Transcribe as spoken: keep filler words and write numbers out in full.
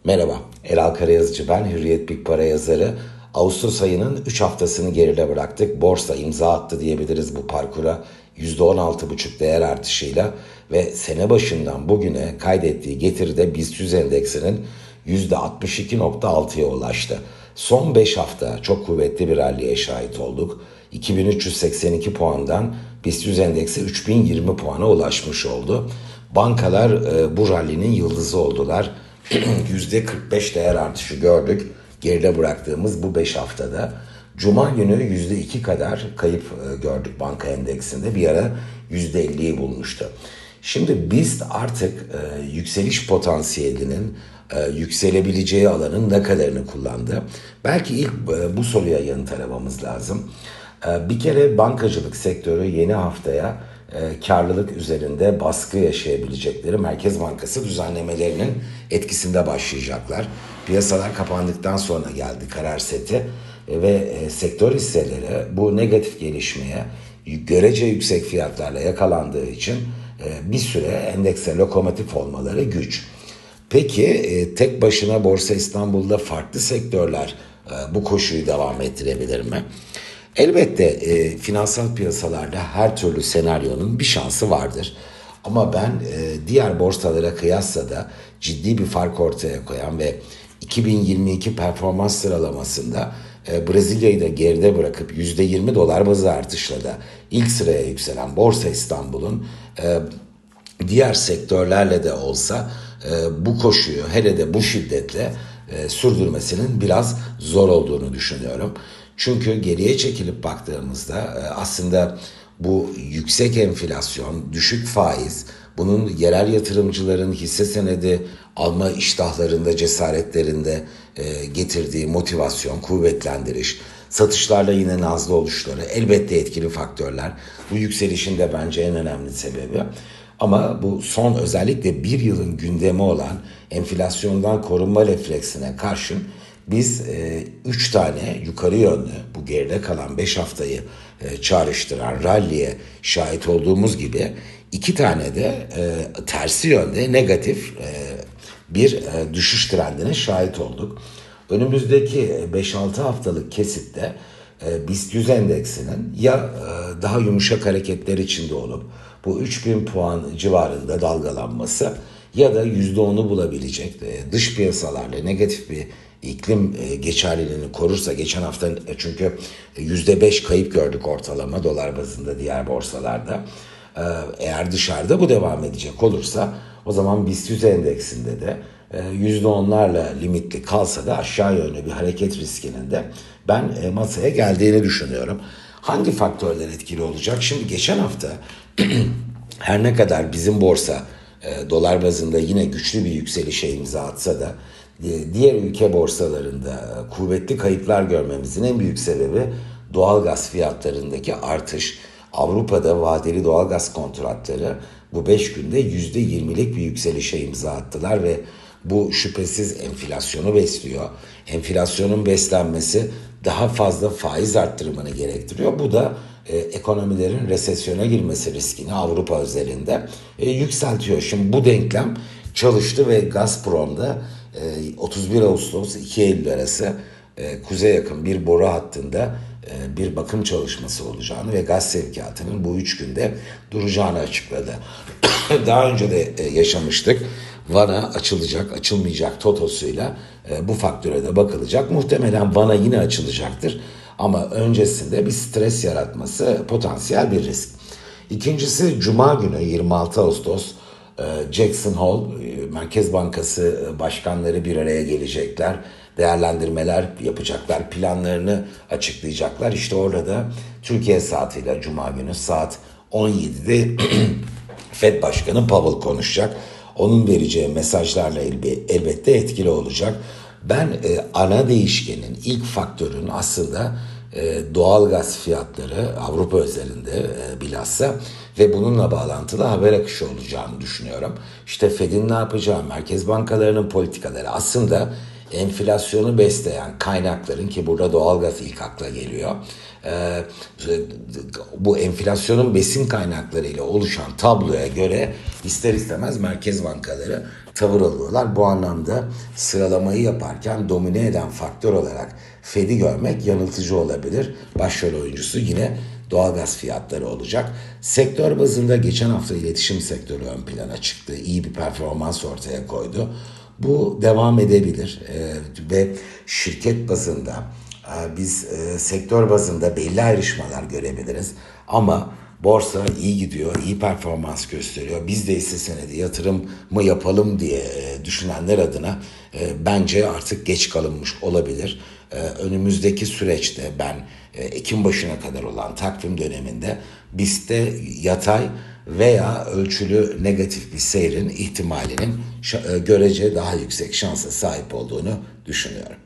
Merhaba, Elal Karayazıcı ben, Hürriyet Big Para yazarı. Ağustos ayının üç haftasını geride bıraktık. Borsa imza attı diyebiliriz bu parkura. yüzde on altı virgül beş değer artışıyla ve sene başından bugüne kaydettiği getiride BIST yüz endeksinin yüzde altmış iki virgül altıya ulaştı. Son beş hafta çok kuvvetli bir ralliye şahit olduk. iki bin üç yüz seksen iki puandan BIST yüz endeksi üç bin yirmi puana ulaşmış oldu. Bankalar e, bu rallinin yıldızı oldular. yüzde kırk beş değer artışı gördük geride bıraktığımız bu beş haftada. Cuma günü yüzde iki kadar kayıp gördük banka endeksinde. Bir ara yüzde elliyi bulmuştu. Şimdi BIST artık e, yükseliş potansiyelinin e, yükselebileceği alanın ne kadarını kullandı? Belki ilk e, bu soruya yanıt aramamız lazım. E, bir kere bankacılık sektörü yeni haftaya e, karlılık üzerinde baskı yaşayabilecekleri Merkez Bankası düzenlemelerinin etkisinde başlayacaklar. Piyasalar kapandıktan sonra geldi karar seti e, ve e, sektör hisseleri bu negatif gelişmeye görece yüksek fiyatlarla yakalandığı için e, bir süre endekse lokomotif olmaları güç. Peki e, tek başına Borsa İstanbul'da farklı sektörler e, bu koşuyu devam ettirebilir mi? Elbette e, finansal piyasalarda her türlü senaryonun bir şansı vardır. Ama ben e, diğer borsalara kıyasla da ciddi bir fark ortaya koyan ve iki bin yirmi iki performans sıralamasında e, Brezilya'yı da geride bırakıp yüzde yirmi dolar bazı artışla da ilk sıraya yükselen Borsa İstanbul'un e, diğer sektörlerle de olsa e, bu koşuyu hele de bu şiddetle e, sürdürmesinin biraz zor olduğunu düşünüyorum. Çünkü geriye çekilip baktığımızda e, aslında bu yüksek enflasyon, düşük faiz, bunun yerel yatırımcıların hisse senedi alma iştahlarında, cesaretlerinde e, getirdiği motivasyon, kuvvetlendiriş, satışlarla yine nazlı oluşları elbette etkili faktörler. Bu yükselişin de bence en önemli sebebi. Ama bu son özellikle bir yılın gündemi olan enflasyondan korunma refleksine karşın biz e, üç tane yukarı yönlü bu geride kalan beş haftayı e, çağrıştıran ralliye şahit olduğumuz gibi iki tane de e, tersi yönde negatif e, bir e, düşüş trendine şahit olduk. Önümüzdeki beş altı haftalık kesitte e, BIST yüz endeksinin ya e, daha yumuşak hareketler içinde olup bu üç bin puan civarında dalgalanması ya da yüzde onu bulabilecek e, dış piyasalarla negatif bir iklim e, geçerliliğini korursa, geçen hafta e, çünkü yüzde beş kayıp gördük ortalama dolar bazında diğer borsalarda. E, eğer dışarıda bu devam edecek olursa o zaman BIST yüz endeksinde de e, yüzde onlarla limitli kalsa da aşağı yönlü bir hareket riskinin de ben e, masaya geldiğini düşünüyorum. Hangi faktörler etkili olacak? Şimdi geçen hafta her ne kadar bizim borsa e, dolar bazında yine güçlü bir yükselişe imza atsa da diğer ülke borsalarında kuvvetli kayıplar görmemizin en büyük sebebi doğalgaz fiyatlarındaki artış. Avrupa'da vadeli doğalgaz kontratları bu beş günde yüzde yirmilik bir yükselişe imza attılar ve bu şüphesiz enflasyonu besliyor. Enflasyonun beslenmesi daha fazla faiz arttırımını gerektiriyor. Bu da e, ekonomilerin resesyona girmesi riskini Avrupa özelinde e, yükseltiyor. Şimdi bu denklem çalıştı ve Gazprom'da otuz bir Ağustos iki Eylül arası kuzeye yakın bir boru hattında bir bakım çalışması olacağını ve gaz sevkiyatının bu üç günde duracağını açıkladı. Daha önce de yaşamıştık. Van'a açılacak, açılmayacak totosuyla bu faktöre de bakılacak. Muhtemelen Van'a yine açılacaktır. Ama öncesinde bir stres yaratması potansiyel bir risk. İkincisi Cuma günü yirmi altı Ağustos Jackson Hole Merkez Bankası başkanları bir araya gelecekler. Değerlendirmeler yapacaklar. Planlarını açıklayacaklar. İşte orada Türkiye saatiyle Cuma günü saat on yedide Fed Başkanı Powell konuşacak. Onun vereceği mesajlarla elbette etkili olacak. Ben e, ana değişkenin, ilk faktörün aslında e, doğal gaz fiyatları Avrupa özelinde e, bilhassa ve bununla bağlantılı haber akışı olacağını düşünüyorum. İşte Fed'in ne yapacağı, merkez bankalarının politikaları aslında enflasyonu besleyen kaynakların, ki burada doğalgaz ilk akla geliyor, e, bu enflasyonun besin kaynaklarıyla oluşan tabloya göre ister istemez merkez bankaları tavır alıyorlar. Bu anlamda sıralamayı yaparken domine eden faktör olarak Fed'i görmek yanıltıcı olabilir. Başrol oyuncusu yine doğalgaz fiyatları olacak. Sektör bazında geçen hafta iletişim sektörü ön plana çıktı. İyi bir performans ortaya koydu. Bu devam edebilir ee, ve şirket bazında e, biz e, sektör bazında belli ayrışmalar görebiliriz. Ama borsa iyi gidiyor, iyi performans gösteriyor. Biz de hisse senedi yatırım mı yapalım diye e, düşünenler adına e, bence artık geç kalınmış olabilir. E, önümüzdeki süreçte ben e, Ekim başına kadar olan takvim döneminde BIST'te yatay veya ölçülü negatif bir seyrin ihtimalinin görece daha yüksek şansa sahip olduğunu düşünüyorum.